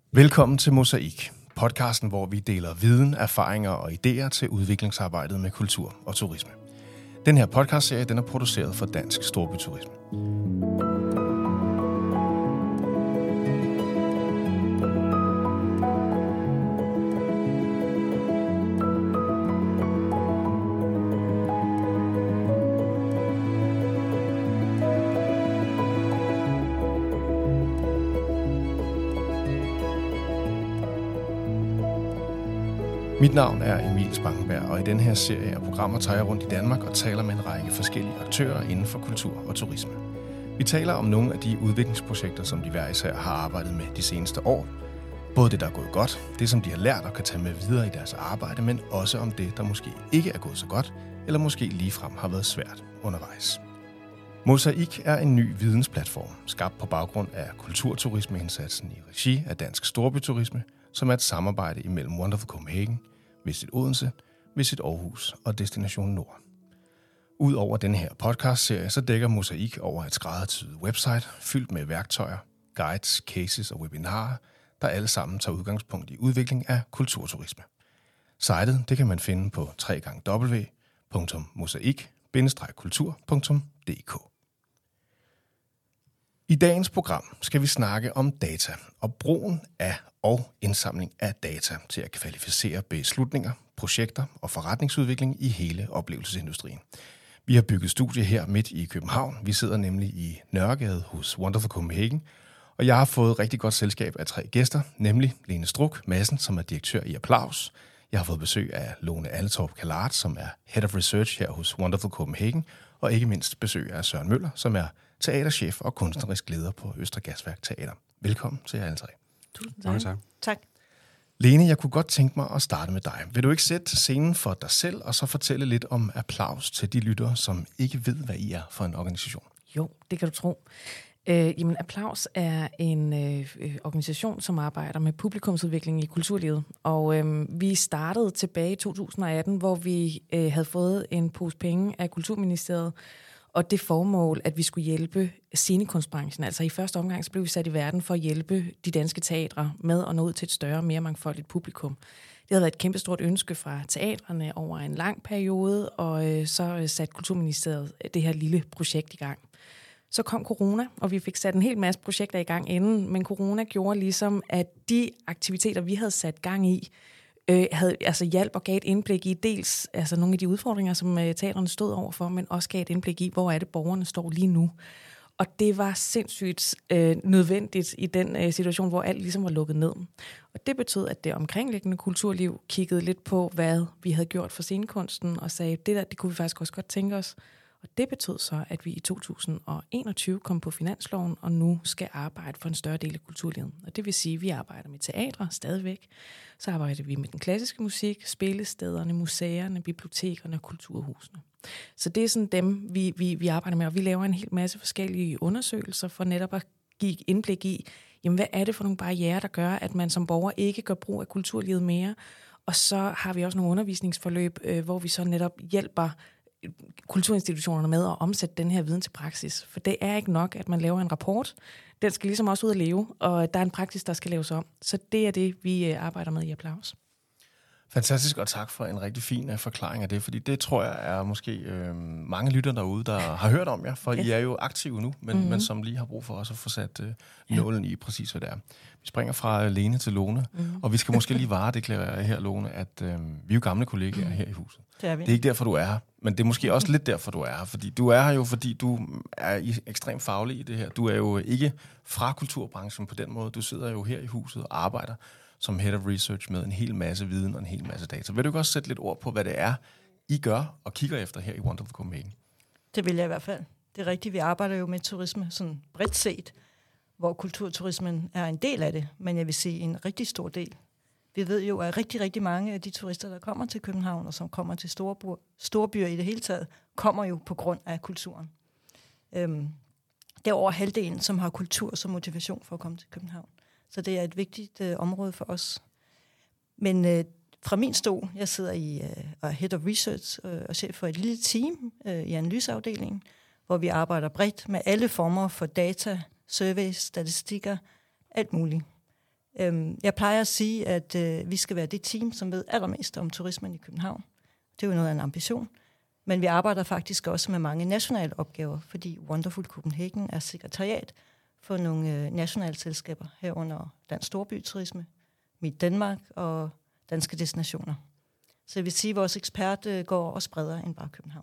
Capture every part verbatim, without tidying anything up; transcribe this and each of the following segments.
Velkommen til Mosaik, podcasten, hvor vi deler viden, erfaringer og idéer til udviklingsarbejdet med kultur og turisme. Den her podcastserie den er produceret for Dansk Storbyturisme. Mit navn er Emil Spangenberg, og i denne her serie af programmer tager jeg rundt i Danmark og taler med en række forskellige aktører inden for kultur og turisme. Vi taler om nogle af de udviklingsprojekter, som de hver især har arbejdet med de seneste år. Både det, der er gået godt, det som de har lært og kan tage med videre i deres arbejde, men også om det, der måske ikke er gået så godt, eller måske ligefrem har været svært undervejs. Mosaik er en ny vidensplatform, skabt på baggrund af kulturturismeindsatsen i regi af Dansk Storbyturisme, som er et samarbejde imellem Wonderful Copenhagen, Visit Odense, Visit Aarhus og Destination Nord. Udover denne her podcastserie, så dækker Mosaik over et skræddersyet website, fyldt med værktøjer, guides, cases og webinarer, der alle sammen tager udgangspunkt i udvikling af kulturturisme. Sitet det kan man finde på w w w punktum mosaik bindestreg kultur punktum d k. I dagens program skal vi snakke om data og brugen af og indsamling af data til at kvalificere beslutninger, projekter og forretningsudvikling i hele oplevelsesindustrien. Vi har bygget studie her midt i København. Vi sidder nemlig i Nørregade hos Wonderful Copenhagen, og jeg har fået rigtig godt selskab af tre gæster, nemlig Lene Struk Madsen, som er direktør i Applaus. Jeg har fået besøg af Lone Alletorp Kalart, som er Head of Research her hos Wonderful Copenhagen, og ikke mindst besøg af Søren Møller, som er teaterchef og kunstnerisk leder på Østre Gasværk Teater. Velkommen til jer alle tre. Tusind tak. tak. tak. Lene, jeg kunne godt tænke mig at starte med dig. Vil du ikke sætte scenen for dig selv, og så fortælle lidt om Applaus til de lyttere, som ikke ved, hvad I er for en organisation? Jo, det kan du tro. Øh, jamen, Applaus er en øh, organisation, som arbejder med publikumsudvikling i kulturlivet. Og øh, vi startede tilbage i to tusind og atten, hvor vi øh, havde fået en pose penge af Kulturministeriet, og det formål, at vi skulle hjælpe scenekunstbranchen. Altså i første omgang, så blev vi sat i verden for at hjælpe de danske teatre med at nå ud til et større, mere mangfoldigt publikum. Det havde været et kæmpestort ønske fra teatrene over en lang periode, og øh, så satte Kulturministeriet det her lille projekt i gang. Så kom corona, og vi fik sat en hel masse projekter i gang inden, men corona gjorde ligesom, at de aktiviteter, vi havde sat gang i, øh, havde altså hjælp og gav et indblik i dels altså nogle af de udfordringer, som øh, teaterne stod overfor, men også gav et indblik i, hvor er det borgerne står lige nu. Og det var sindssygt øh, nødvendigt i den øh, situation, hvor alt ligesom var lukket ned. Og det betød, at det omkringliggende kulturliv kiggede lidt på, hvad vi havde gjort for scenekunsten, og sagde, det der, det kunne vi faktisk også godt tænke os. Og det betød så, at vi i to tusind og enogtyve kom på finansloven, og nu skal arbejde for en større del af kulturlivet. Og det vil sige, at vi arbejder med teatre stadigvæk. Så arbejder vi med den klassiske musik, spillestederne, museerne, bibliotekerne og kulturhusene. Så det er sådan dem, vi, vi, vi arbejder med, og vi laver en hel masse forskellige undersøgelser for netop at give indblik i, jamen, hvad er det for nogle barrierer, der gør, at man som borger ikke gør brug af kulturlivet mere. Og så har vi også nogle undervisningsforløb, øh, hvor vi så netop hjælper kulturinstitutionerne med at omsætte den her viden til praksis. For det er ikke nok, at man laver en rapport. Den skal ligesom også ud at leve, og der er en praksis, der skal laves om. Så det er det, vi arbejder med i Applaus. Fantastisk, og tak for en rigtig fin forklaring af det, fordi det tror jeg er måske øh, mange lyttere derude, der har hørt om jer, for ja. I er jo aktive nu, men, mm-hmm. men som lige har brug for os at få sat øh, nålen i præcis, hvad det er. Vi springer fra Lene til Lone, mm-hmm. og vi skal måske lige varedeklarere her, Lone, at øh, vi er jo gamle kollegaer mm-hmm. her i huset. Det er vi. Det er ikke derfor, du er her, men det er måske også lidt derfor, du er her, fordi du er her jo, fordi du er ekstremt faglig i det her. Du er jo ikke fra kulturbranchen på den måde, du sidder jo her i huset og arbejder som Head of Research med en hel masse viden og en hel masse data. Vil du også sætte lidt ord på, hvad det er, I gør og kigger efter her i Wonderful Copenhagen? Det vil jeg i hvert fald. Det er rigtigt, vi arbejder jo med turisme sådan bredt set, hvor kulturturismen er en del af det, men jeg vil sige en rigtig stor del. Vi ved jo, at rigtig, rigtig mange af de turister, der kommer til København og som kommer til store, store byer i det hele taget, kommer jo på grund af kulturen. Øhm, det er over halvdelen, som har kultur som motivation for at komme til København. Så det er et vigtigt øh, område for os. Men øh, fra min stol, jeg sidder i øh, Head of Research øh, og chef for et lille team øh, i analyseafdelingen, hvor vi arbejder bredt med alle former for data, surveys, statistikker, alt muligt. Øhm, jeg plejer at sige, at øh, vi skal være det team, som ved allermest om turismen i København. Det er jo noget af en ambition. Men vi arbejder faktisk også med mange nationale opgaver, fordi Wonderful Copenhagen er sekretariat for nogle øh, nationale selskaber, herunder Dansk Storbyturisme, Mit Danmark og Danske Destinationer. Så jeg vil sige, at vores ekspert øh, går også bredere end bare København.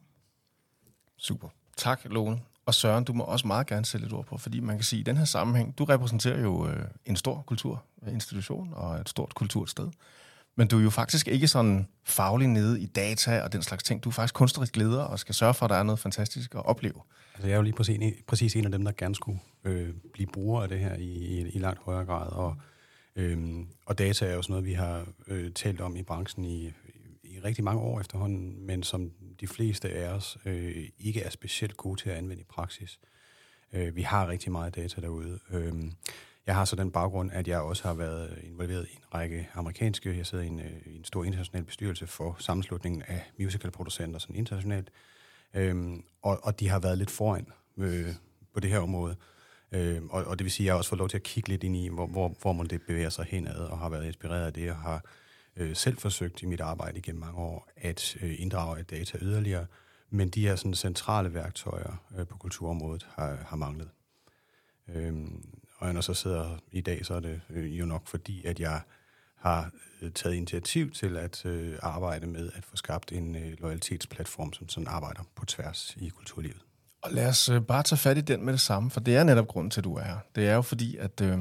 Super. Tak, Lone. Og Søren, du må også meget gerne sætte et ord på, fordi man kan sige, at i den her sammenhæng, du repræsenterer jo øh, en stor kulturinstitution og et stort kultursted. Men du er jo faktisk ikke sådan faglig nede i data og den slags ting. Du er faktisk kunstnerisk leder og skal sørge for, at der er noget fantastisk at opleve. Altså, jeg er jo lige præcis en, præcis en af dem, der gerne skulle øh, blive brugere af det her i, i, i langt højere grad. Og, øh, og data er jo sådan noget, vi har øh, talt om i branchen i, i rigtig mange år efterhånden, men som de fleste af os øh, ikke er specielt gode til at anvende i praksis. Øh, vi har rigtig meget data derude. Øh, Jeg har så den baggrund, at jeg også har været involveret i en række amerikanske, jeg sidder i en, i en stor international bestyrelse for sammenslutningen af musicalproducenter sådan internationalt, øhm, og, og de har været lidt foran øh, på det her område, øhm, og, og det vil sige, at jeg også får lov til at kigge lidt ind i, hvor, hvor, hvor man det bevæger sig henad, og har været inspireret af det, og har øh, selv forsøgt i mit arbejde igennem mange år at øh, inddrage data yderligere, men de her sådan centrale værktøjer øh, på kulturområdet har, har manglet. Øhm, Og når så sidder i dag, så er det jo nok fordi, at jeg har taget initiativ til at øh, arbejde med at få skabt en øh, loyalitetsplatform, som sådan arbejder på tværs i kulturlivet. Og lad os øh, bare tage fat i den med det samme, for det er netop grunden til, at du er her. Det er jo fordi, at øh,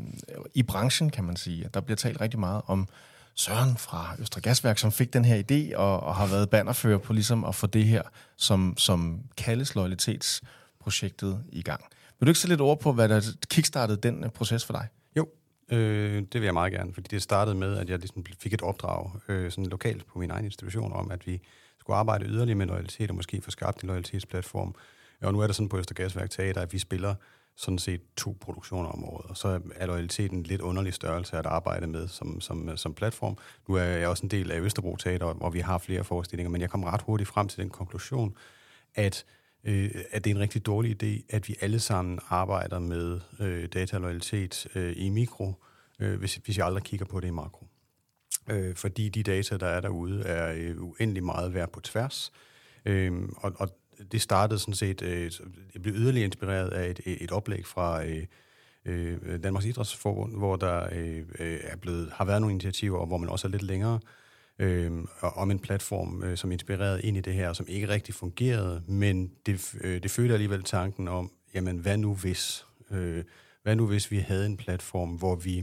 i branchen, kan man sige, at der bliver talt rigtig meget om Søren fra Østre Gasværk, som fik den her idé og, og har været bannerfører på ligesom at få det her, som, som kaldes loyalitetsprojektet i gang. Vil du ikke sætte lidt ord på, hvad der kickstartede den proces for dig? Jo, øh, det vil jeg meget gerne, fordi det startede med, at jeg ligesom fik et opdrag øh, sådan lokalt på min egen institution om, at vi skulle arbejde yderligere med loyalitet og måske få skabt en loyalitetsplatform. Og nu er der sådan på Østre Gasværk Teater, at vi spiller sådan set to produktioner om året, og så er loyaliteten en lidt underlig størrelse at arbejde med som, som, som platform. Nu er jeg også en del af Østerbro Teater, hvor vi har flere forestillinger, men jeg kom ret hurtigt frem til den konklusion, at Øh, at det er en rigtig dårlig idé, at vi alle sammen arbejder med øh, data og loyalitet øh, i mikro, øh, hvis, hvis jeg aldrig kigger på det i makro. Øh, fordi de data, der er derude, er øh, uendelig meget værd på tværs. Øh, og, og det startede sådan set, øh, jeg blev yderligere inspireret af et, et oplæg fra øh, øh, Danmarks Idrætsforbund, hvor der øh, er blevet, har været nogle initiativer, hvor man også er lidt længere, Øh, om en platform, øh, som inspirerede ind i det her, som ikke rigtig fungerede, men det, øh, det følte alligevel tanken om, jamen hvad nu hvis? Øh, hvad nu hvis vi havde en platform, hvor vi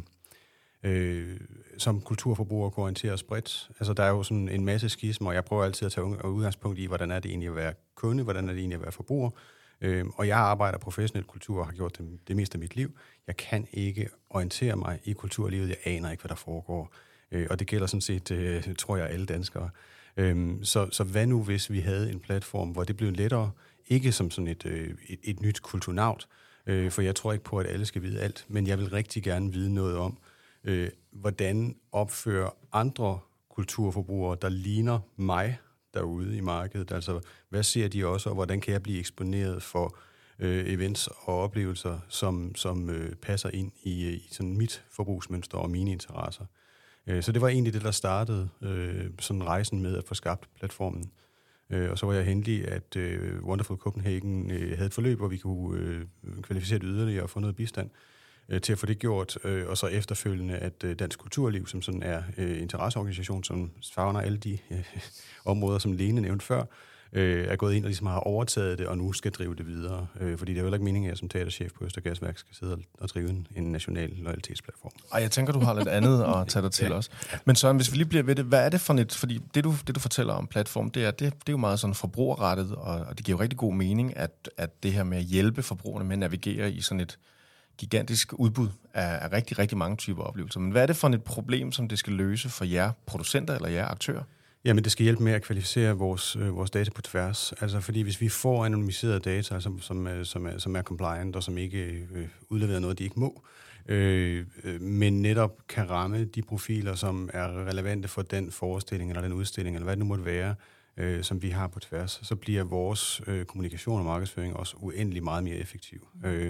øh, som kulturforbrugere kunne orientere os bredt? Altså der er jo sådan en masse skismer, og jeg prøver altid at tage udgangspunkt i, hvordan er det egentlig at være kunde, hvordan er det egentlig at være forbruger, øh, og jeg arbejder professionelt kultur og har gjort det, det meste af mit liv. Jeg kan ikke orientere mig i kulturlivet, jeg aner ikke, hvad der foregår. Øh, og det gælder sådan set, øh, tror jeg, alle danskere. Øhm, så, så hvad nu, hvis vi havde en platform, hvor det blev lettere, ikke som sådan et, øh, et, et nyt kulturnaut, øh, for jeg tror ikke på, at alle skal vide alt, men jeg vil rigtig gerne vide noget om, øh, hvordan opfører andre kulturforbrugere, der ligner mig derude i markedet. Altså, hvad ser de også, og hvordan kan jeg blive eksponeret for øh, events og oplevelser, som, som øh, passer ind i, i sådan mit forbrugsmønster og mine interesser. Så det var egentlig det, der startede øh, sådan rejsen med at få skabt platformen. Øh, og så var jeg heldig, at øh, Wonderful Copenhagen øh, havde et forløb, hvor vi kunne øh, kvalificere det yderligere og få noget bistand øh, til at få det gjort. Øh, og så efterfølgende, at øh, Dansk Kulturliv, som sådan er øh, interesseorganisation, som favner alle de øh, områder, som Lene nævnte før, øh, er gået ind og ligesom har overtaget det, og nu skal drive det videre. Øh, fordi det er jo ikke meningen, at jeg som teaterchef på Østre Gasværk skal sidde og drive en, en national loyalitetsplatform. Og jeg tænker, du har lidt andet at tage dig til ja. også. Men Søren, hvis vi lige bliver ved det, hvad er det for et, fordi det du, det, du fortæller om platform, det er, det, det er jo meget sådan forbrugerrettet, og, og det giver jo rigtig god mening, at, at det her med at hjælpe forbrugerne med at navigere i sådan et gigantisk udbud af, af rigtig, rigtig mange typer oplevelser. Men hvad er det for et problem, som det skal løse for jer producenter eller jer aktører? Jamen, det skal hjælpe med at kvalificere vores, øh, vores data på tværs. Altså, fordi hvis vi får anonymiserede data, som, som, som, er, som er compliant og som ikke øh, udleverer noget, de ikke må, øh, øh, men netop kan ramme de profiler, som er relevante for den forestilling eller den udstilling, eller hvad det nu måtte være, øh, som vi har på tværs, så bliver vores øh, kommunikation og markedsføring også uendelig meget mere effektiv. Øh,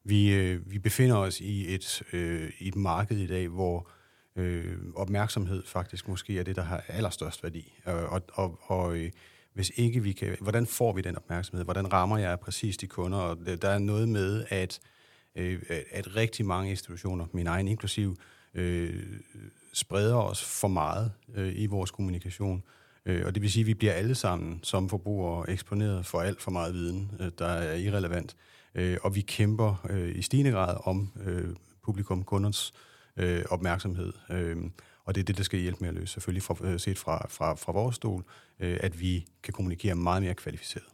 Vi, øh, vi befinder os i et, øh, i et marked i dag, hvor øh, opmærksomhed faktisk måske er det, der har allerstørst værdi. Og, og, og øh, hvis ikke vi kan, hvordan får vi den opmærksomhed? Hvordan rammer jeg præcis de kunder? Og der er noget med, at, øh, at rigtig mange institutioner, min egen inklusiv, øh, spreder os for meget øh, i vores kommunikation. Øh, og det vil sige, at vi bliver alle sammen som forbrugere eksponeret for alt for meget viden, øh, der er irrelevant. Øh, og vi kæmper øh, i stigende grad om øh, publikum, kunders øh, opmærksomhed. Øh, og det er det, der skal hjælpe med at løse, selvfølgelig fra, øh, set fra, fra, fra vores stol, øh, at vi kan kommunikere meget mere kvalificeret.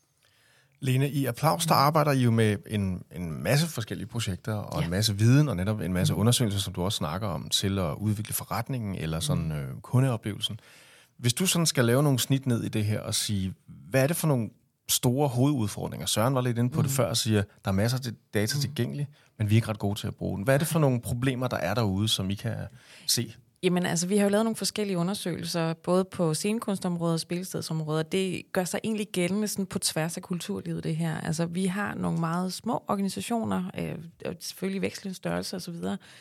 Lene, i Applaus, der arbejder I jo med en, en masse forskellige projekter og ja. en masse viden og netop en masse undersøgelser, som du også snakker om, til at udvikle forretningen eller sådan øh, kundeoplevelsen. Hvis du sådan skal lave nogle snit ned i det her og sige, hvad er det for nogle store hovedudfordringer? Søren var lidt inde på mm. det før og siger, der er masser af data tilgængelige, men vi er ikke ret gode til at bruge den. Hvad er det for nogle problemer, der er derude, som I kan se? Jamen altså, vi har jo lavet nogle forskellige undersøgelser, både på scenekunstområdet og spillestedsområdet. Det gør sig egentlig gældende sådan på tværs af kulturlivet, det her. Altså, vi har nogle meget små organisationer, øh, selvfølgelig vekslende størrelse osv.,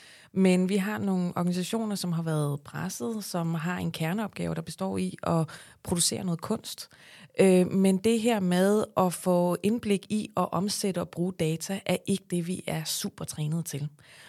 men vi har nogle organisationer, som har været presset, som har en kerneopgave, der består i at producere noget kunst. Øh, men det her med at få indblik i at omsætte og bruge data, er ikke det, vi er super trænet til.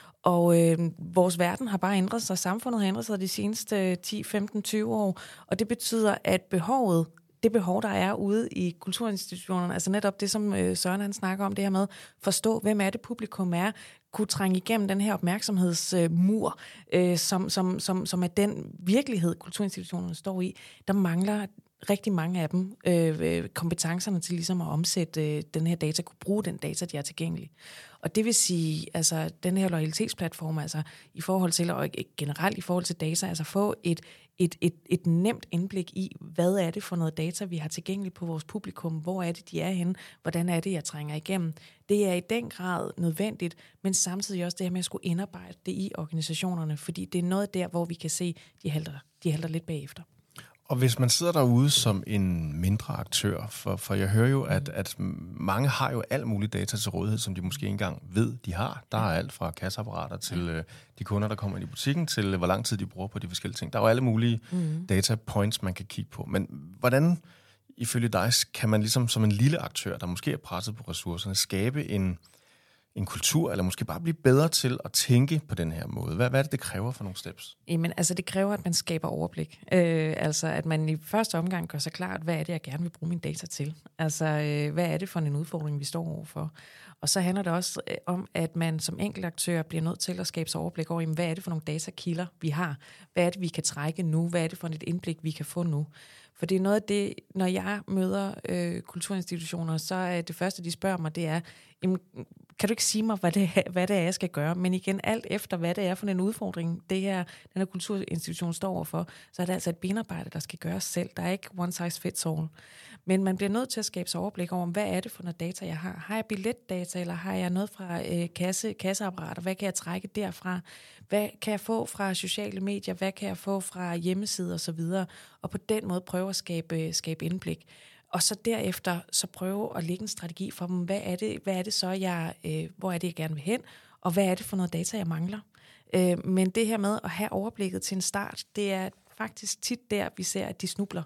Og øh, vores verden har bare ændret sig, samfundet har ændret sig de seneste ti, femten, tyve år, og det betyder, at behovet, det behov, der er ude i kulturinstitutionerne, altså netop det, som øh, Søren han snakker om, det her med forstå, hvem er det publikum er, kunne trænge igennem den her opmærksomhedsmur, øh, som, som, som, som er den virkelighed, kulturinstitutionerne står i, der mangler rigtig mange af dem øh, kompetencerne til ligesom at omsætte øh, den her data, kunne bruge den data, de er tilgængelige. Og det vil sige, altså den her loyalitetsplatform, altså i forhold til, og generelt i forhold til data, altså få et, et, et, et nemt indblik i, hvad er det for noget data, vi har tilgængeligt på vores publikum, hvor er det, de er henne, hvordan er det, jeg trænger igennem. Det er i den grad nødvendigt, men samtidig også det her med at skulle indarbejde det i organisationerne, fordi det er noget der, hvor vi kan se, de halter, de halter lidt bagefter. Og hvis man sidder derude som en mindre aktør, for, for jeg hører jo, at, at mange har jo alt muligt data til rådighed, som de måske ikke engang ved, de har. Der er alt fra kasseapparater til øh, de kunder, der kommer ind i butikken, til øh, hvor lang tid de bruger på de forskellige ting. Der er jo alle mulige mm. data points, man kan kigge på. Men hvordan, ifølge dig, kan man ligesom som en lille aktør, der måske er presset på ressourcerne, skabe en, en kultur, eller måske bare blive bedre til at tænke på den her måde? Hvad, hvad er det, det kræver for nogle steps? Jamen, altså det kræver, at man skaber overblik. Øh, altså at man i første omgang gør sig klart, hvad er det, jeg gerne vil bruge mine data til? Altså, øh, hvad er det for en udfordring, vi står overfor? Og så handler det også øh, om, at man som enkeltaktør bliver nødt til at skabe sig overblik over, jamen, hvad er det for nogle datakilder, vi har? Hvad er det, vi kan trække nu? Hvad er det for et indblik, vi kan få nu? For det er noget af det, når jeg møder øh, kulturinstitutioner, så er det første, de spørger mig, det er, jamen, kan du ikke sige mig, hvad det, er, hvad det er, jeg skal gøre? Men igen, alt efter, hvad det er for en udfordring, det her, den her kulturinstitution står overfor, så er det altså et benarbejde, der skal gøres selv. Der er ikke one size fits all. Men man bliver nødt til at skabe sig overblik over, hvad er det for noget data, jeg har? Har jeg billetdata, eller har jeg noget fra øh, kasse, kasseapparater? Hvad kan jeg trække derfra? Hvad kan jeg få fra sociale medier? Hvad kan jeg få fra hjemmesider osv.? Og på den måde prøve at skabe, skabe indblik. Og så derefter så prøve at lægge en strategi for dem. Hvad er det, hvad er det så, jeg, øh, hvor er det, jeg gerne vil hen? Og hvad er det for noget data, jeg mangler? Øh, men det her med at have overblikket til en start, det er faktisk tit der, vi ser, at de snubler.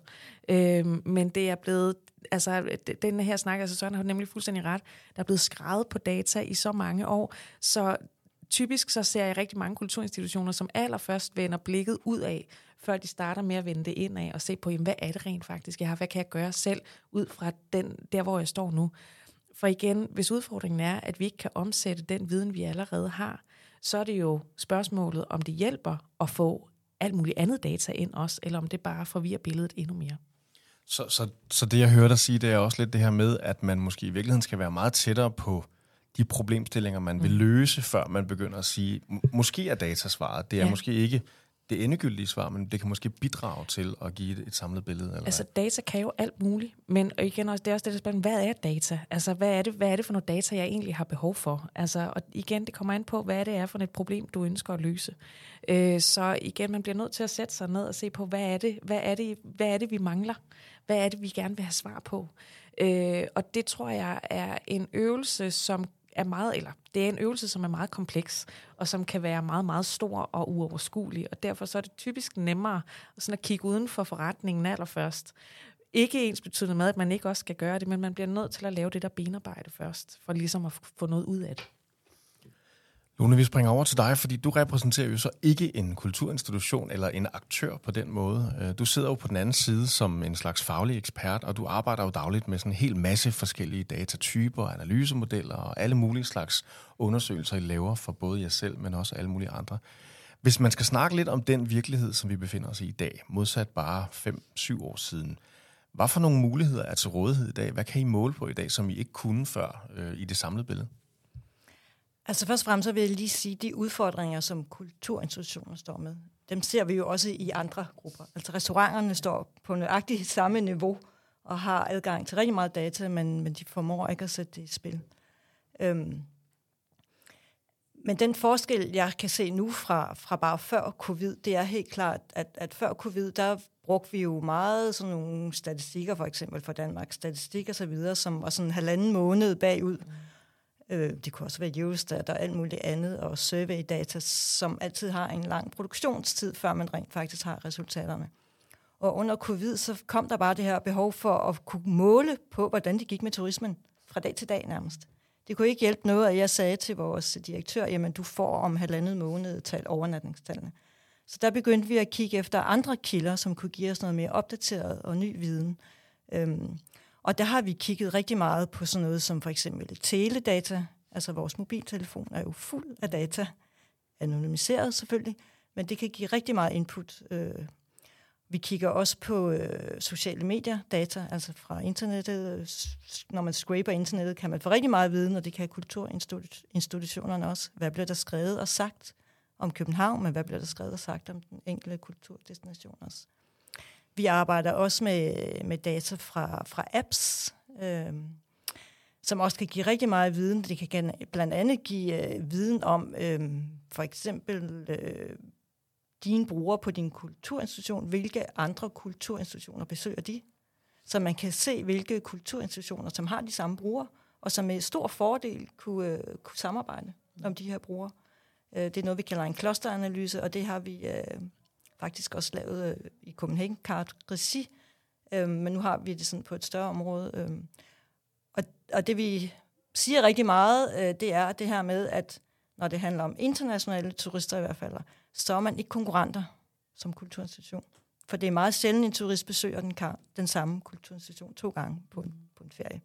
Øh, men det er blevet, altså den her snak, altså Søren har nemlig fuldstændig ret, der er blevet skrevet på data i så mange år, så typisk så ser jeg rigtig mange kulturinstitutioner, som allerførst vender blikket ud af, før de starter med at vende det indad og se på, jamen, hvad er det rent faktisk, jeg har? Hvad kan jeg gøre selv ud fra den, der, hvor jeg står nu? For igen, hvis udfordringen er, at vi ikke kan omsætte den viden, vi allerede har, så er det jo spørgsmålet, om det hjælper at få alt muligt andet data ind også, eller om det bare forvirrer billedet endnu mere. Så, så, så det, jeg hører dig sige, det er også lidt det her med, at man måske i virkeligheden skal være meget tættere på de problemstillinger, man vil løse, før man begynder at sige, måske er datasvaret, det er ja. måske ikke det endegyldige svar, men det kan måske bidrage til at give et, et samlet billede. Eller altså data kan jo alt muligt, men igen også, det er også det, der spørger, hvad er data? Altså hvad er det, hvad er det for noget data, jeg egentlig har behov for? Altså, og igen, det kommer an på, hvad det er for et problem, du ønsker at løse. Øh, så igen, man bliver nødt til at sætte sig ned og se på, hvad er det, hvad er det, hvad er det vi mangler? Hvad er det, vi gerne vil have svar på? Øh, og det tror jeg er en øvelse, som er meget, eller det er en øvelse, som er meget kompleks, og som kan være meget, meget stor og uoverskuelig, og derfor så er det typisk nemmere sådan at kigge uden for forretningen allerførst. Ikke ens betydende med, at man ikke også skal gøre det, men man bliver nødt til at lave det der benarbejde først, for ligesom at få noget ud af det. Lone, vi springer over til dig, fordi du repræsenterer jo så ikke en kulturinstitution eller en aktør på den måde. Du sidder jo på den anden side som en slags faglig ekspert, og du arbejder jo dagligt med sådan en hel masse forskellige datatyper, analysemodeller og alle mulige slags undersøgelser, I laver for både jer selv, men også alle mulige andre. Hvis man skal snakke lidt om den virkelighed, som vi befinder os i i dag, modsat bare fem syv år siden, hvad for nogle muligheder er til rådighed i dag? Hvad kan I måle på i dag, som I ikke kunne før øh, i det samlede billede? Altså først og fremmest så vil jeg lige sige, at de udfordringer, som kulturinstitutioner står med, dem ser vi jo også i andre grupper. Altså restauranterne står på nøjagtigt samme niveau og har adgang til rigtig meget data, men, men de formår ikke at sætte det i spil. Øhm. Men den forskel, jeg kan se nu fra, fra bare før covid, det er helt klart, at, at før covid, der brugte vi jo meget sådan nogle statistikker, for eksempel for Danmark, statistik og så videre, som var sådan en halvanden måned bagud. Mm. Øh, det kunne også være Eurostat og alt muligt andet, og surveydata, som altid har en lang produktionstid, før man rent faktisk har resultaterne. Og under covid, så kom der bare det her behov for at kunne måle på, hvordan det gik med turismen fra dag til dag nærmest. Det kunne ikke hjælpe noget, at jeg sagde til vores direktør, jamen du får om halvandet måned tal overnatningstallene. Så der begyndte vi at kigge efter andre kilder, som kunne give os noget mere opdateret og ny viden. Øhm, og der har vi kigget rigtig meget på sådan noget som for eksempel teledata. Altså vores mobiltelefon er jo fuld af data, anonymiseret selvfølgelig, men det kan give rigtig meget input. Øh, vi kigger også på øh, sociale medier, data, altså fra internettet. Når man scraper internettet, kan man få rigtig meget viden, og det kan kulturinstitutionerne også. Hvad bliver der skrevet og sagt om København, men hvad bliver der skrevet og sagt om den enkelte kulturdestination også. Vi arbejder også med, med data fra, fra apps, øh, som også kan give rigtig meget viden. Det kan blandt andet give øh, viden om øh, for eksempel øh, dine brugere på din kulturinstitution. Hvilke andre kulturinstitutioner besøger de? Så man kan se, hvilke kulturinstitutioner, som har de samme brugere, og som med stor fordel kunne, øh, kunne samarbejde om de her brugere. Det er noget, vi kalder en clusteranalyse, og det har vi øh, faktisk også lavet øh, i Copenhagen Card-regi, øh, men nu har vi det sådan på et større område. Øh. Og, og det vi siger rigtig meget, øh, det er det her med, at når det handler om internationale turister i hvert fald, så er man ikke konkurrenter som kulturinstitution. For det er meget sjældent, en turist besøger den, den samme kulturinstitution to gange på en, på en ferie.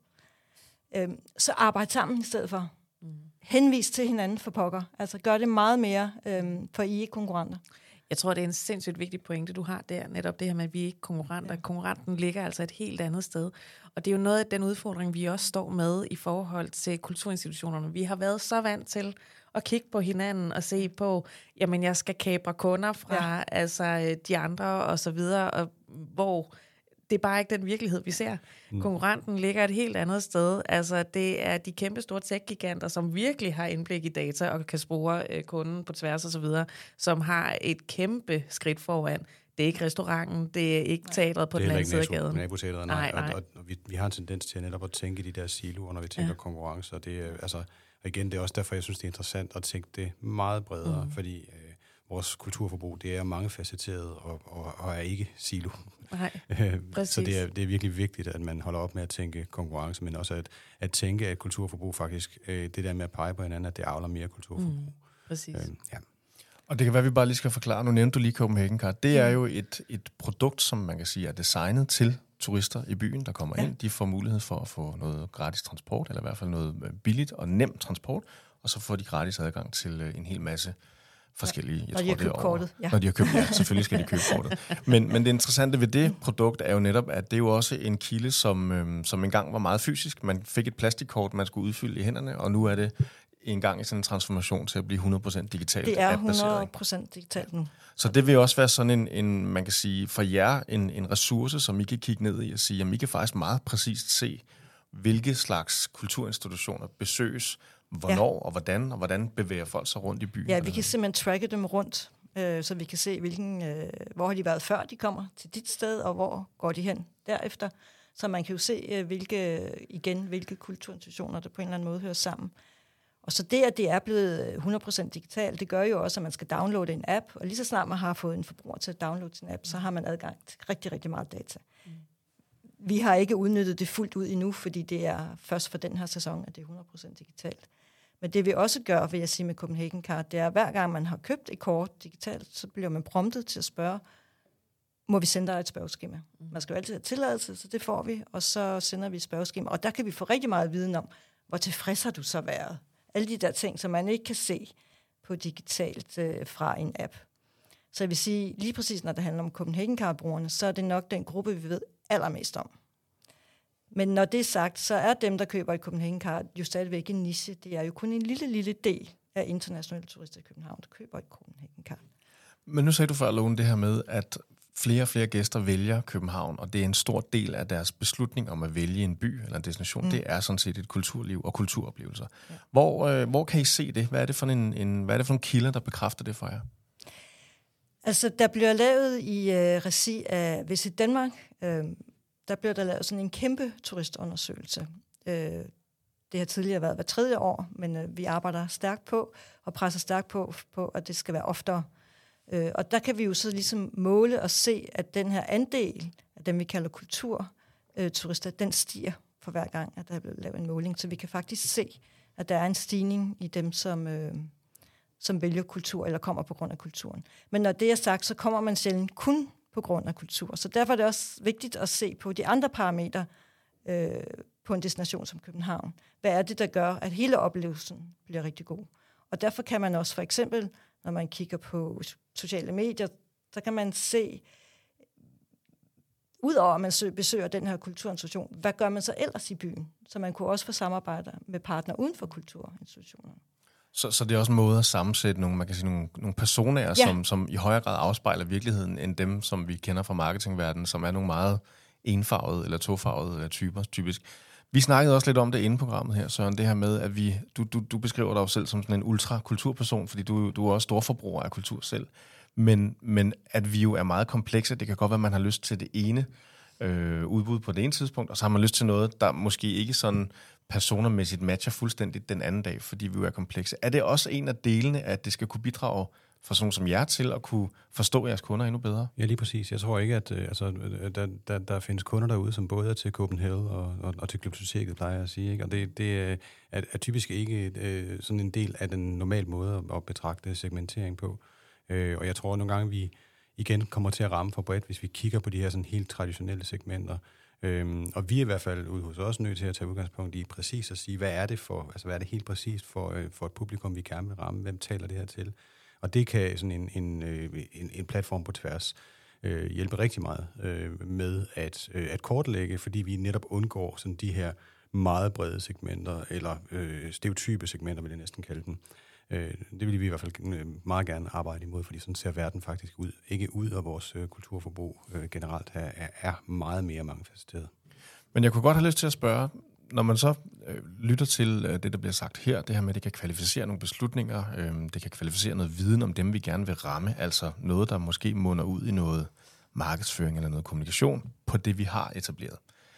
Øh, så arbejde sammen i stedet for. Mm. Henvis til hinanden for pokker. Altså gør det meget mere, øhm, for I er ikke konkurrenter. Jeg tror, det er en sindssygt vigtig pointe, du har der. Netop det her med, at vi er ikke konkurrenter. Ja. Konkurrenten ligger altså et helt andet sted. Og det er jo noget af den udfordring, vi også står med i forhold til kulturinstitutionerne. Vi har været så vant til at kigge på hinanden og se på, jamen jeg skal kapre kunder fra ja. altså, de andre og så videre, og hvor det er bare ikke den virkelighed, vi ser. Mm. Konkurrenten ligger et helt andet sted. Altså, det er de kæmpe store tech-giganter, som virkelig har indblik i data og kan spore øh, kunden på tværs og så videre, som har et kæmpe skridt foran. Det er ikke restauranten, det er ikke teatret på den anden side af gaden. Det er ikke naboteatret, nej. nej, nej. Og, og vi, vi har en tendens til netop at tænke de der siloer, når vi tænker ja. konkurrence. Og det er, altså, igen, det er også derfor, jeg synes, det er interessant at tænke det meget bredere, mm. fordi øh, vores kulturforbrug, det er mangefacetteret og, og, og er ikke silo. Nej, så det er, det er virkelig vigtigt, at man holder op med at tænke konkurrence, men også at, at tænke, at kulturforbrug faktisk, øh, det der med at pege på hinanden, at det avler mere kulturforbrug. Mm, præcis. Øh, ja. Og det kan være, at vi bare lige skal forklare, nu nævnte du lige Copenhagen Card, det er jo et, et produkt, som man kan sige er designet til turister i byen, der kommer ja. ind. De får mulighed for at få noget gratis transport, eller i hvert fald noget billigt og nemt transport, og så får de gratis adgang til en hel masse forskellige, jeg når tror, de har købt kortet. Ja. Når de har købt, ja, selvfølgelig skal de købe kortet. Men, men det interessante ved det produkt er jo netop, at det er jo også en kilde, som, øhm, som engang var meget fysisk. Man fik et plastikkort, man skulle udfylde i hænderne, og nu er det en gang i sådan en transformation til at blive hundrede procent digitalt. Det er hundrede procent digitalt nu. Så det vil også være sådan en, en man kan sige, for jer, en, en ressource, som I kan kigge ned i og sige, at I kan faktisk meget præcist se, hvilke slags kulturinstitutioner besøges, hvornår ja. og hvordan, og hvordan bevæger folk sig rundt i byen? Ja, vi kan simpelthen tracke dem rundt, øh, så vi kan se, hvilken, øh, hvor har de været før de kommer til dit sted, og hvor går de hen derefter. Så man kan jo se, øh, hvilke, igen, hvilke kulturinstitutioner, der på en eller anden måde hører sammen. Og så det, at det er blevet hundrede procent digitalt, det gør jo også, at man skal downloade en app, og lige så snart man har fået en forbruger til at downloade sin app, så har man adgang til rigtig, rigtig meget data. Mm. Vi har ikke udnyttet det fuldt ud endnu, fordi det er først for den her sæson, at det er hundrede procent digitalt. Men det vi også gør, vil jeg sige med Copenhagen Card, det er, at hver gang man har købt et kort digitalt, så bliver man promptet til at spørge, må vi sende dig et spørgeskema? Man skal jo altid have tilladelse, så det får vi, og så sender vi et spørgeskema. Og der kan vi få rigtig meget viden om, hvor tilfreds har du så været? Alle de der ting, som man ikke kan se på digitalt øh, fra en app. Så jeg vil sige, lige præcis når det handler om Copenhagen Card-brugerne, så er det nok den gruppe, vi ved allermest om. Men når det er sagt, så er dem, der køber et Copenhagen Card, jo stadigvæk en niche. Det er jo kun en lille, lille del af internationale turister i København, der køber et Copenhagen Card. Men nu sagde du før, Lone, det her med, at flere og flere gæster vælger København, og det er en stor del af deres beslutning om at vælge en by eller en destination. Mm. Det er sådan set et kulturliv og kulturoplevelser. Ja. Hvor, øh, hvor kan I se det? Hvad er det for en, en, hvad er det for en kilder, der bekræfter det for jer? Altså, der bliver lavet i øh, regi af Visit Danmark, øh, der bliver der lavet sådan en kæmpe turistundersøgelse. Øh, det har tidligere været hver tredje år, men øh, vi arbejder stærkt på og presser stærkt på, på, at det skal være oftere. Øh, og der kan vi jo så ligesom måle og se, at den her andel af dem, vi kalder kulturturister, den stiger for hver gang, at der er blevet lavet en måling. Så vi kan faktisk se, at der er en stigning i dem, som, øh, som vælger kultur eller kommer på grund af kulturen. Men når det er sagt, så kommer man sjældent kun på grund af kultur. Så derfor er det også vigtigt at se på de andre parametre øh, på en destination som København. Hvad er det, der gør, at hele oplevelsen bliver rigtig god? Og derfor kan man også for eksempel, når man kigger på sociale medier, så kan man se, udover at man besøger den her kulturinstitution, hvad gør man så ellers i byen? Så man kunne også få samarbejder med partnere uden for kulturinstitutionerne. Så, så det er også en måde at sammensætte nogle, man kan sige, nogle, nogle personer, ja. som, som i højere grad afspejler virkeligheden, end dem, som vi kender fra marketingverdenen, som er nogle meget enfarvede eller tofarvede typer, typisk. Vi snakkede også lidt om det inde i programmet her, Søren, det her med, at vi, du, du, du beskriver dig jo selv som sådan en ultrakulturperson, fordi du, du er også storforbruger af kultur selv, men, men at vi jo er meget komplekse. Det kan godt være, at man har lyst til det ene øh, udbud på det ene tidspunkt, og så har man lyst til noget, der måske ikke sådan personermæssigt matcher fuldstændigt den anden dag, fordi vi jo er komplekse. Er det også en af delene, at det skal kunne bidrage for sådan som jer til at kunne forstå jeres kunder endnu bedre? Ja, lige præcis. Jeg tror ikke, at altså, der, der, der findes kunder derude, som både er til Copenhagen og, og, og til Glyptoteket, plejer jeg at sige. Ikke? Og det, det er, er typisk ikke øh, sådan en del af den normale måde at betragte segmentering på. Øh, og jeg tror nogle gange, vi igen kommer til at ramme for bredt, hvis vi kigger på de her sådan helt traditionelle segmenter. Øhm, og vi er i hvert fald ude hos os nødt til at tage udgangspunkt i præcis at sige, hvad er det for, altså hvad er det helt præcist for, øh, for et publikum, vi gerne vil ramme? Hvem taler det her til? Og det kan sådan en, en, en, en platform på tværs øh, hjælpe rigtig meget øh, med at, øh, at kortlægge, fordi vi netop undgår sådan de her meget brede segmenter, eller øh, stereotype segmenter, vil jeg næsten kalde dem. Øh, det vil vi i hvert fald meget gerne arbejde imod, fordi sådan ser verden faktisk ud. Ikke ud af vores øh, kulturforbrug øh, generelt er, er meget mere mangefacetteret. Men jeg kunne godt have lyst til at spørge, når man så øh, lytter til øh, det, der bliver sagt her, det her med, at det kan kvalificere nogle beslutninger, øh, det kan kvalificere noget viden om dem, vi gerne vil ramme, altså noget, der måske munder ud i noget markedsføring eller noget kommunikation på det, vi har etableret.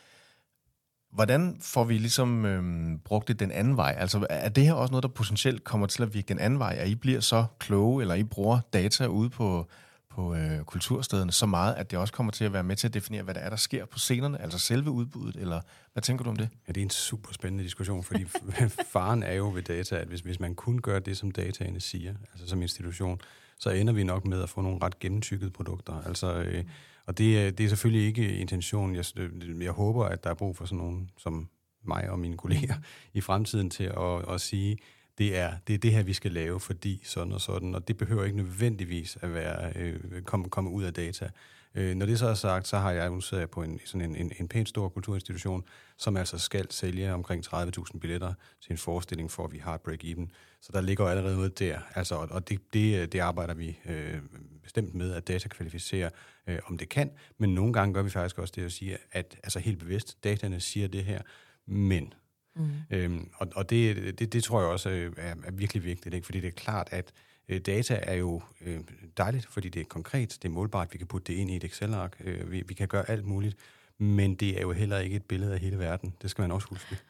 Hvordan får vi ligesom øh, brugt det den anden vej? Altså er det her også noget, der potentielt kommer til at virke den anden vej, at I bliver så kloge, eller I bruger data ude på, på øh, kulturstederne så meget, at det også kommer til at være med til at definere, hvad der er, der sker på scenerne, altså selve udbuddet, eller hvad tænker du om det? Ja, det er en super spændende diskussion, fordi faren er jo ved data, at hvis, hvis man kun gør det, som dataene siger, altså som institution, så ender vi nok med at få nogle ret gennemtykkede produkter. Altså, øh, og det, det er selvfølgelig ikke intentionen. Jeg, jeg håber, at der er brug for sådan nogen som mig og mine kolleger i fremtiden til at, at sige, det er, det er det her, vi skal lave, fordi sådan og sådan, og det behøver ikke nødvendigvis at være øh, komme, komme ud af data. Øh, når det så er sagt, så har jeg jo på en, sådan en, en, en pænt stor kulturinstitution, som altså skal sælge omkring tredive tusind billetter til en forestilling for, at vi har et break-even. Så der ligger allerede noget der, altså, og det, det, det arbejder vi øh, bestemt med, at data kvalificerer, øh, om det kan, men nogle gange gør vi faktisk også det at sige, at altså helt bevidst, dataene siger det her, men Mm. Øhm, og og det, det, det tror jeg også er, er virkelig vigtigt, ikke? Fordi det er klart, at øh, data er jo øh, dejligt, fordi det er konkret, det er målbart, vi kan putte det ind i et Excel-ark, øh, vi, vi kan gøre alt muligt, men det er jo heller ikke et billede af hele verden, det skal man også huske.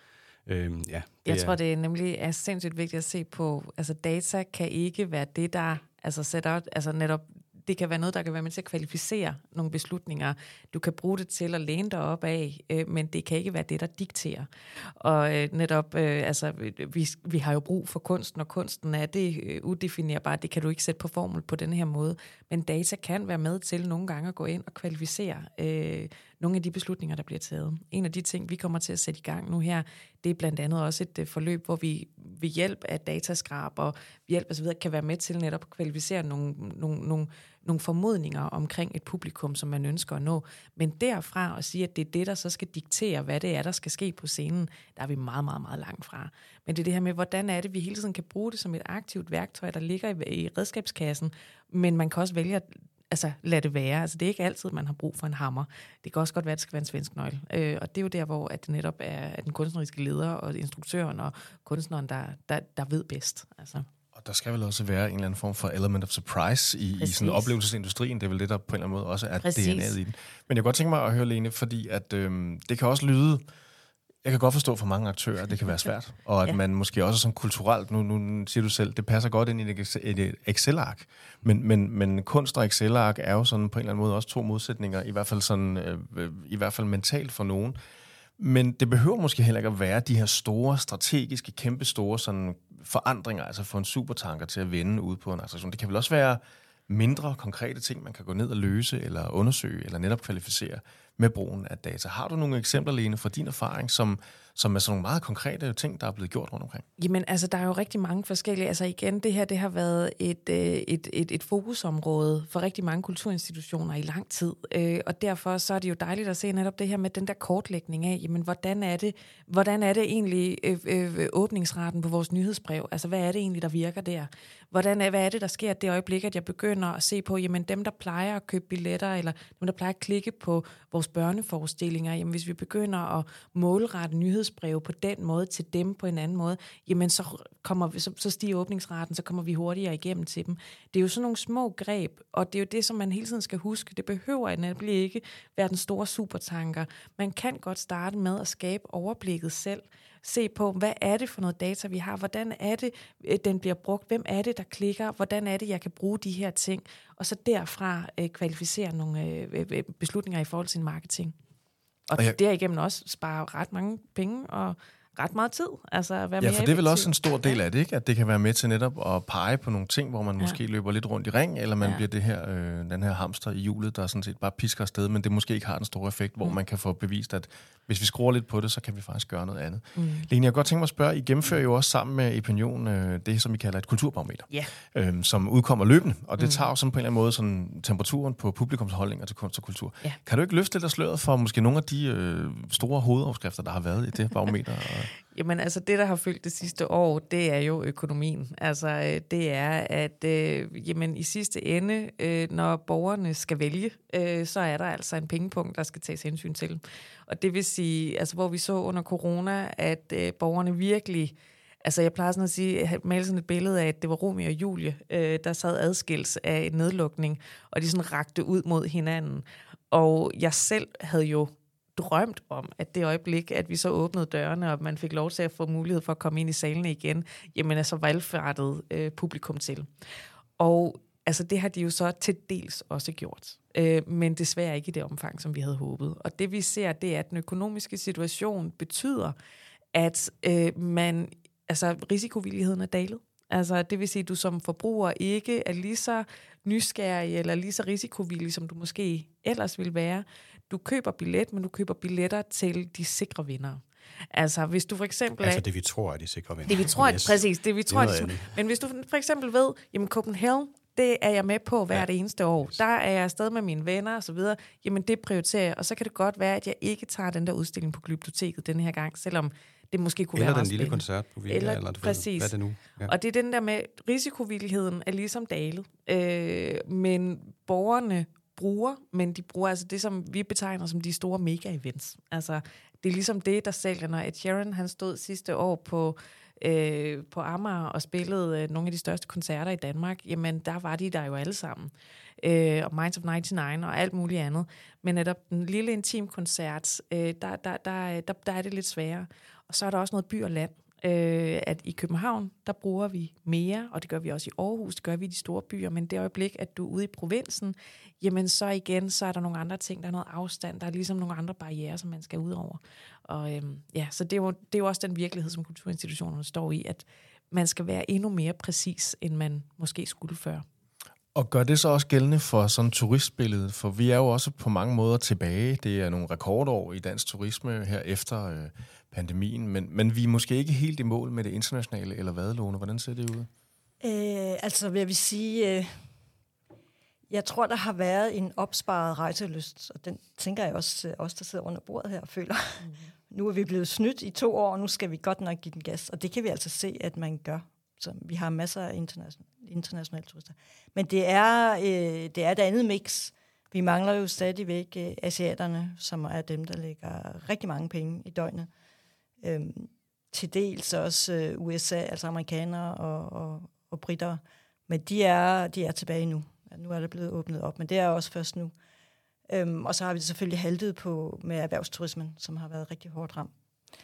Øhm, ja, Jeg er, tror, det er nemlig er sindssygt vigtigt at se på, altså data kan ikke være det, der altså sætter, altså netop, det kan være noget, der kan være med til at kvalificere nogle beslutninger. Du kan bruge det til at læne dig op af, øh, men det kan ikke være det, der dikterer. Og øh, netop, øh, altså, vi, vi har jo brug for kunsten, og kunsten er det øh, udefinerbart. Det kan du ikke sætte på formel på den her måde. Men data kan være med til nogle gange at gå ind og kvalificere øh, nogle af de beslutninger, der bliver taget. En af de ting, vi kommer til at sætte i gang nu her, det er blandt andet også et uh, forløb, hvor vi ved hjælp af dataskrab og hjælp og så videre, kan være med til netop at kvalificere nogle, nogle, nogle, nogle formodninger omkring et publikum, som man ønsker at nå. Men derfra at sige, at det er det, der så skal diktere, hvad det er, der skal ske på scenen, der er vi meget, meget, meget langt fra. Men det er det her med, hvordan er det, vi hele tiden kan bruge det som et aktivt værktøj, der ligger i, i redskabskassen, men man kan også vælge at altså, lad det være. Altså, det er ikke altid, man har brug for en hammer. Det kan også godt være, at det skal være en svensk nøgle. Øh, og det er jo der, hvor at det netop er den kunstneriske leder og instruktøren og kunstneren, der, der, der ved bedst. Altså. Og der skal vel også være en eller anden form for element of surprise i, i sådan oplevelsesindustrien. Det er vel det, der på en eller anden måde også er Præcis. D N A'et i den. Men jeg kunne godt tænke mig at høre, Lene, fordi at, øhm, det kan også lyde... Jeg kan godt forstå for mange aktører, at det kan være svært, og at ja. man måske også som kulturelt, nu, nu siger du selv, det passer godt ind i et Excel-ark, men, men, men kunst og Excel-ark er jo sådan på en eller anden måde også to modsætninger, i hvert fald, sådan, øh, i hvert fald mentalt for nogen. Men det behøver måske heller ikke at være de her store, strategiske, kæmpe store sådan forandringer, altså få en supertanker til at vende ude på en attraktion. Det kan vel også være mindre konkrete ting, man kan gå ned og løse, eller undersøge, eller netop kvalificere med brugen af data. Har du nogle eksempler, Lene, fra din erfaring, som, som er sådan nogle meget konkrete ting, der er blevet gjort rundt omkring? Jamen, altså, der er jo rigtig mange forskellige. Altså igen, det her, det har været et, et, et, et fokusområde for rigtig mange kulturinstitutioner i lang tid. Øh, og derfor så er det jo dejligt at se netop det her med den der kortlægning af, jamen, hvordan er det, hvordan er det egentlig øh, øh, åbningsraten på vores nyhedsbrev? Altså, hvad er det egentlig, der virker der? Hvordan er, hvad er det, der sker det øjeblik, at jeg begynder at se på, jamen, dem, der plejer at købe billetter, eller dem, der plejer at klikke på vores børneforestillinger, jamen, hvis vi begynder at målrette nyhedsbreve på den måde til dem på en anden måde, jamen så, kommer vi, så, så stiger åbningsraten, så kommer vi hurtigere igennem til dem. Det er jo sådan nogle små greb, og det er jo det, som man hele tiden skal huske. Det behøver nemlig ikke være den store supertanker. Man kan godt starte med at skabe overblikket selv. Se på, hvad er det for noget data, vi har? Hvordan er det, den bliver brugt? Hvem er det, der klikker? Hvordan er det, jeg kan bruge de her ting? Og så derfra øh, kvalificere nogle øh, beslutninger i forhold til sin marketing. Og, og jeg... derigennem også spare ret mange penge og ret meget tid. Altså at være ja, mere for det er vel effektiv. også en stor del af det, ikke? At det kan være med til netop at pege på nogle ting, hvor man ja. måske løber lidt rundt i ring, eller man ja. bliver det her, øh, den her hamster i hjulet, der sådan set bare pisker afsted, men det måske ikke har den store effekt, hvor mm. man kan få bevist, at hvis vi skruer lidt på det, så kan vi faktisk gøre noget andet. Mm. Lene, jeg kan godt tænke mig at spørge, I gennemfører jo også sammen med Epinion øh, det, som I kalder et kulturbarometer, yeah. øh, som udkommer løbende, og det mm. tager jo sådan på en eller anden måde sådan temperaturen på publikumsholdninger til kunst og kultur. Yeah. Kan du ikke løfte lidt af sløret for måske nogle af de øh, store hovedoverskrifter, der har været i det barometer? Og Jamen altså det, der har fyldt det sidste år, det er jo økonomien. Altså det er, at øh, jamen, i sidste ende, øh, når borgerne skal vælge, øh, så er der altså en pengepunkt, der skal tages hensyn til. Og det vil sige, altså hvor vi så under corona, at øh, borgerne virkelig, altså jeg plejer sådan at sige, at male sådan et billede af, at det var Romeo og Julie, øh, der sad adskils af en nedlukning, og de sådan rakte ud mod hinanden. Og jeg selv havde jo drømt om, at det øjeblik, at vi så åbnede dørene, og man fik lov til at få mulighed for at komme ind i salene igen, jamen altså valgfærdet øh, publikum til. Og altså det har de jo så til dels også gjort, øh, men desværre ikke i det omfang, som vi havde håbet. Og det vi ser, det er, at den økonomiske situation betyder, at øh, man, altså risikovilligheden er dalet. Altså det vil sige, at du som forbruger ikke er lige så nysgerrig eller lige så risikovillig, som du måske ellers ville være. Du køber billet, men du køber billetter til de sikre vindere. Altså hvis du for eksempel... Altså det vi tror er de sikre vindere. Det vi tror, yes. præcis. Det vi tror, det er de, men hvis du for eksempel ved, jamen Copenhagen, det er jeg med på hvert ja. eneste år. Der er jeg afsted med mine venner og så videre. Jamen det prioriterer jeg. Og så kan det godt være, at jeg ikke tager den der udstilling på Glyptoteket denne her gang, selvom det måske kunne eller være den lille koncert på Villa, eller, eller du præcis. Ved, hvad er det nu? Ja. Og det er den der med, risikovilligheden er ligesom dalet. Øh, men borgerne bruger, men de bruger altså det, som vi betegner som de store mega-events. Altså, det er ligesom det, der sælger, når Ed Sheeran, han stod sidste år på, øh, på Amager og spillede øh, nogle af de største koncerter i Danmark. Jamen, der var de der jo alle sammen. Øh, og Minds of nioghalvfems og alt muligt andet. Men netop den lille intim koncert, øh, der, der, der, der, der er det lidt sværere. Og så er der også noget by og land. Øh, at i København, der bruger vi mere, og det gør vi også i Aarhus, det gør vi i de store byer, men det øjeblik, at du er ude i provinsen, jamen så igen, så er der nogle andre ting, der er noget afstand, der er ligesom nogle andre barrierer, som man skal ud over. Og øhm, ja, så det er, jo, det er jo også den virkelighed, som kulturinstitutionerne står i, at man skal være endnu mere præcis, end man måske skulle før. Og gør det så også gældende for sådan turistbilledet? For vi er jo også på mange måder tilbage. Det er nogle rekordår i dansk turisme her efter øh, pandemien, men, men vi er måske ikke helt i mål med det internationale eller hvad, Lone? Hvordan ser det ud? Øh, altså vil jeg vil sige, øh, jeg tror, der har været en opsparet rejselyst, og den tænker jeg også, øh, os der sidder under bordet her, føler. Mm-hmm. Nu er vi blevet snydt i to år, og nu skal vi godt nok give den gas, og det kan vi altså se, at man gør. Så vi har masser af internationale, internationale turister. Men det er, øh, det er et andet mix. Vi mangler jo stadigvæk øh, asiaterne, som er dem, der lægger rigtig mange penge i døgnet. Øhm, til dels også øh, U S A, altså amerikanere og, og, og britter. Men de er, de er tilbage nu. Ja, nu er det blevet åbnet op, men det er også først nu. Øhm, og så har vi det selvfølgelig haltet på med erhvervsturismen, som har været rigtig hårdt ramt.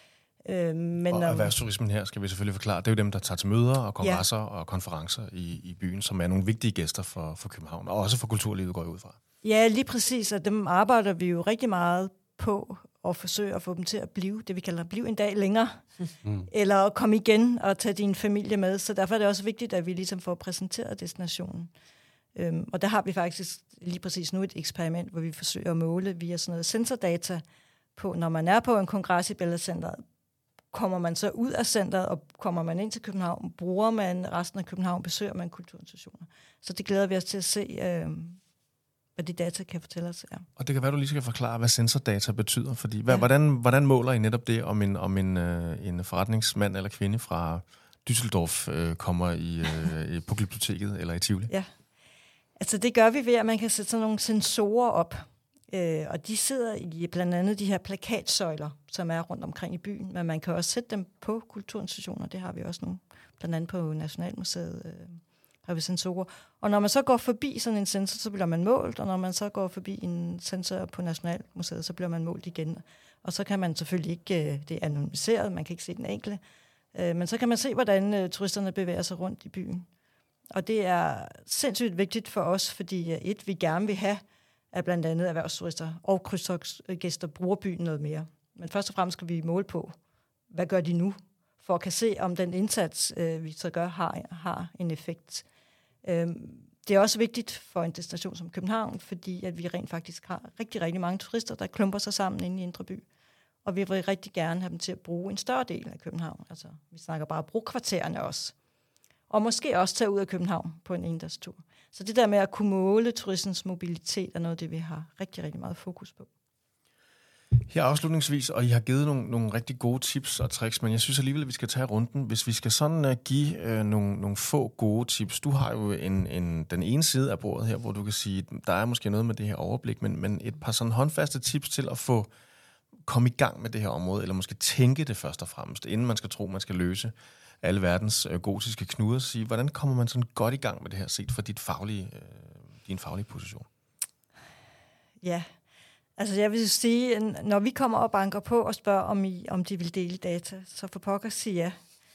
Øh, men, og erhvervsturismen her, skal vi selvfølgelig forklare, det er jo dem, der tager til møder og kongresser ja. og konferencer i, i byen, som er nogle vigtige gæster for, for København, og også for kulturlivet går jeg ud fra. Ja, lige præcis, og dem arbejder vi jo rigtig meget på at forsøge at få dem til at blive, det vi kalder blive en dag længere, mm. eller at komme igen og tage din familie med, så derfor er det også vigtigt, at vi ligesom får præsenteret destinationen. Øhm, og der har vi faktisk lige præcis nu et eksperiment, hvor vi forsøger at måle via sådan noget sensordata på, når man er på en kongres i Bellacenteret, kommer man så ud af centret, og kommer man ind til København, bruger man resten af København, besøger man kulturinstitutioner. Så det glæder vi os til at se, øh, hvad de data kan fortælle os. Ja. Og det kan være, du lige skal forklare, hvad sensordata betyder, fordi hvad, ja. hvordan, hvordan måler I netop det, om en, om en, øh, en forretningsmand eller kvinde fra Düsseldorf øh, kommer i, øh, på biblioteket eller i Tivoli? Ja, altså det gør vi ved, at man kan sætte sådan nogle sensorer op, Øh, og de sidder i blandt andet de her plakatsøjler, som er rundt omkring i byen, men man kan også sætte dem på kulturinstitutioner, det har vi også nu. Blandt andet på Nationalmuseet øh, har vi sensorer. Og når man så går forbi sådan en sensor, så bliver man målt, og når man så går forbi en sensor på Nationalmuseet, så bliver man målt igen. Og så kan man selvfølgelig ikke, øh, det er anonymiseret, man kan ikke se den enkelte, øh, men så kan man se, hvordan øh, turisterne bevæger sig rundt i byen. Og det er sindssygt vigtigt for os, fordi øh, et, vi gerne vil have, at blandt andet erhvervsturister og krydstogtgæster bruger byen noget mere. Men først og fremmest skal vi måle på, hvad gør de nu, for at kan se, om den indsats, øh, vi så gør, har, har en effekt. Øhm, det er også vigtigt for en destination som København, fordi at vi rent faktisk har rigtig, rigtig mange turister, der klumper sig sammen inde i Indre By. Og vi vil rigtig gerne have dem til at bruge en større del af København. Altså, vi snakker bare brokvartererne også. Og måske også tage ud af København på en endagstur. Så det der med at kunne måle turistens mobilitet er noget af det, vi har rigtig, rigtig meget fokus på. Her afslutningsvis, og I har givet nogle, nogle rigtig gode tips og tricks, men jeg synes alligevel, at vi skal tage runden. Hvis vi skal sådan uh, give uh, nogle, nogle få gode tips. Du har jo en, en, den ene side af bordet her, hvor du kan sige, der er måske noget med det her overblik, men, men et par sådan håndfaste tips til at få komme i gang med det her område, eller måske tænke det først og fremmest, inden man skal tro, man skal løse alle verdens øh, gotiske knuder, sige, hvordan kommer man sådan godt i gang med det her, set fra dit faglige, øh, din faglige position? Ja, altså jeg vil sige, når vi kommer og banker på og spørger, om, I, om de vil dele data, så for pokker sige ja.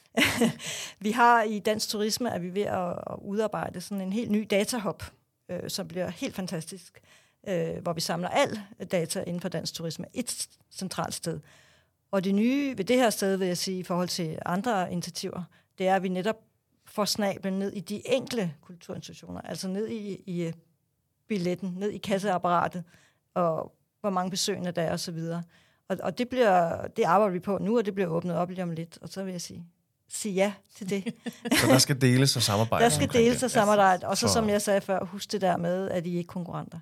Vi har i Dansk Turisme, er vi ved at, at udarbejde sådan en helt ny datahub, øh, som bliver helt fantastisk, øh, hvor vi samler al data inden for Dansk Turisme et centralt sted. Og det nye ved det her sted, vil jeg sige, i forhold til andre initiativer, det er, at vi netop får snablen ned i de enkle kulturinstitutioner, altså ned i, i billetten, ned i kasseapparatet, og hvor mange besøgende der er, og så videre. Og, og det, bliver, det arbejder vi på nu, og det bliver åbnet op lige om lidt, og så vil jeg sige, sige ja til det. Så der skal deles og samarbejde? Der skal deles og samarbejde, og så som jeg sagde før, husk det der med, at I ikke er konkurrenter.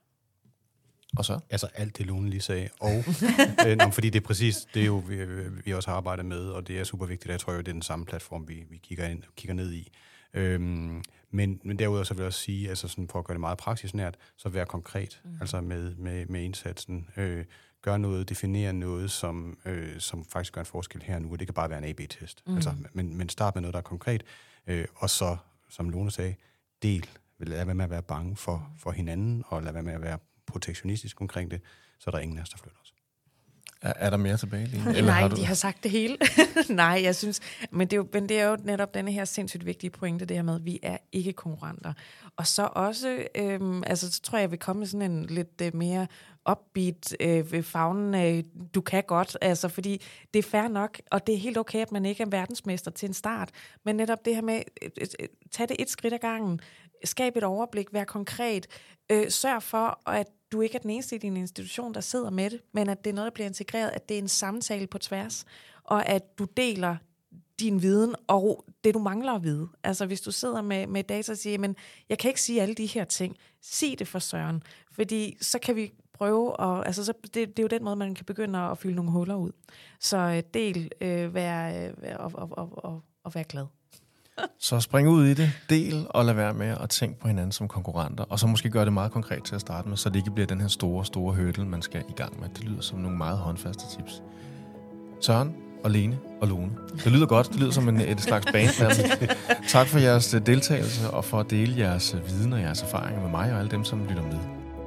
Og så? Altså alt det, Lone lige sagde. Og, øh, nå, fordi det er præcis, det er jo, vi, vi også har arbejdet med, og det er super vigtigt. Jeg tror jo, det er den samme platform, vi, vi kigger, ind, kigger ned i. Øhm, men, men derudover så vil jeg også sige, altså sådan for at gøre det meget praksisnært, så være konkret, mm. altså med, med, med indsatsen. Øh, gør noget, definere noget, som, øh, som faktisk gør en forskel her nu, og det kan bare være en A B-test. Mm. Altså, men, men start med noget, der er konkret, øh, og så, som Lone sagde, del. Lad være med at være bange for, for hinanden, og lad være med at være protektionistisk omkring det, så er der ingen af os, der flytter os. Er, er der mere tilbage, Line? Eller Nej, har du... de har sagt det hele. Nej, jeg synes... Men det, er jo, men det er jo netop denne her sindssygt vigtige pointe, det her med, at vi er ikke konkurrenter. Og så også... Øhm, altså, så tror jeg, jeg vil komme med sådan en lidt øh, mere upbeat øh, ved fagnen. Øh, du kan godt, altså, fordi det er fair nok, og det er helt okay, at man ikke er verdensmester til en start. Men netop det her med... Øh, øh, tag det et skridt ad gangen. Skab et overblik, vær konkret. Øh, sørg for, at du ikke er den eneste i din institution, der sidder med det, men at det er noget, der bliver integreret, at det er en samtale på tværs, og at du deler din viden og det, du mangler at vide. Altså, hvis du sidder med, med data og siger, men jeg kan ikke sige alle de her ting, sig det for Søren, fordi så kan vi prøve, og altså, så, det, det er jo den måde, man kan begynde at fylde nogle huller ud. Så øh, del, øh, vær, øh, og, og, og, og, og vær glad. Så spring ud i det, del og lad være med at tænke på hinanden som konkurrenter, og så måske gøre det meget konkret til at starte med, så det ikke bliver den her store, store hurdle, man skal i gang med. Det lyder som nogle meget håndfaste tips. Søren og Lene og Lone. Det lyder godt, det lyder som en, et slags band. Tak for jeres deltagelse og for at dele jeres viden og jeres erfaringer med mig og alle dem, som lytter med.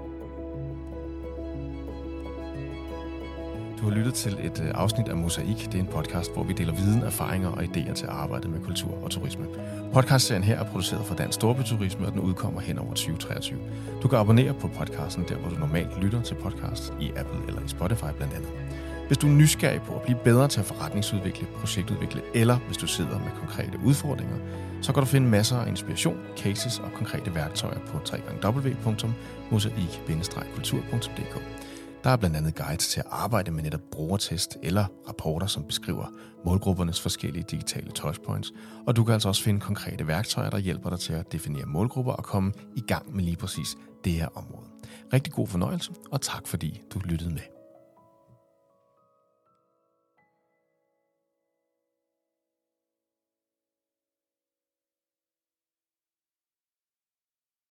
Du har lyttet til et afsnit af Mosaik. Det er en podcast, hvor vi deler viden, erfaringer og idéer til at arbejde med kultur og turisme. Podcastserien her er produceret for Dansk Storbyturisme, og den udkommer hen over tyve treogtyve. Du kan abonnere på podcasten der, hvor du normalt lytter til podcast, i Apple eller i Spotify blandt andet. Hvis du er nysgerrig på at blive bedre til at forretningsudvikle, projektudvikle, eller hvis du sidder med konkrete udfordringer, så kan du finde masser af inspiration, cases og konkrete værktøjer på w w w punktum mosaik bindestreg kultur punktum d k. Der er blandt andet guides til at arbejde med netop brugertest eller rapporter, som beskriver målgruppernes forskellige digitale touchpoints, og du kan altså også finde konkrete værktøjer, der hjælper dig til at definere målgrupper og komme i gang med lige præcis det her område. Rigtig god fornøjelse, og tak fordi du lyttede med.